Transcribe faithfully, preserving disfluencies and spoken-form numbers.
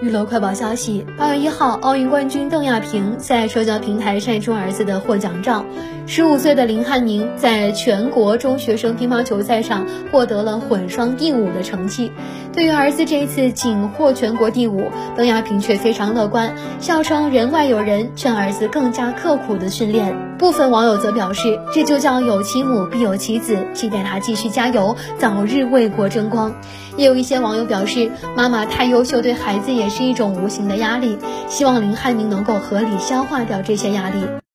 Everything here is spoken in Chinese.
娱乐快报消息，八月一号，奥运冠军邓亚萍在社交平台晒出儿子的获奖照。十五岁的林汉宁在全国中学生乒乓球赛上获得了混双第五的成绩。对于儿子这一次仅获全国第五，邓亚萍却非常乐观，笑称人外有人，劝儿子更加刻苦的训练。部分网友则表示，这就叫有其母必有其子，期待他继续加油，早日为国争光。也有一些网友表示，妈妈太优秀对孩子也是一种无形的压力，希望林汉宁能够合理消化掉这些压力。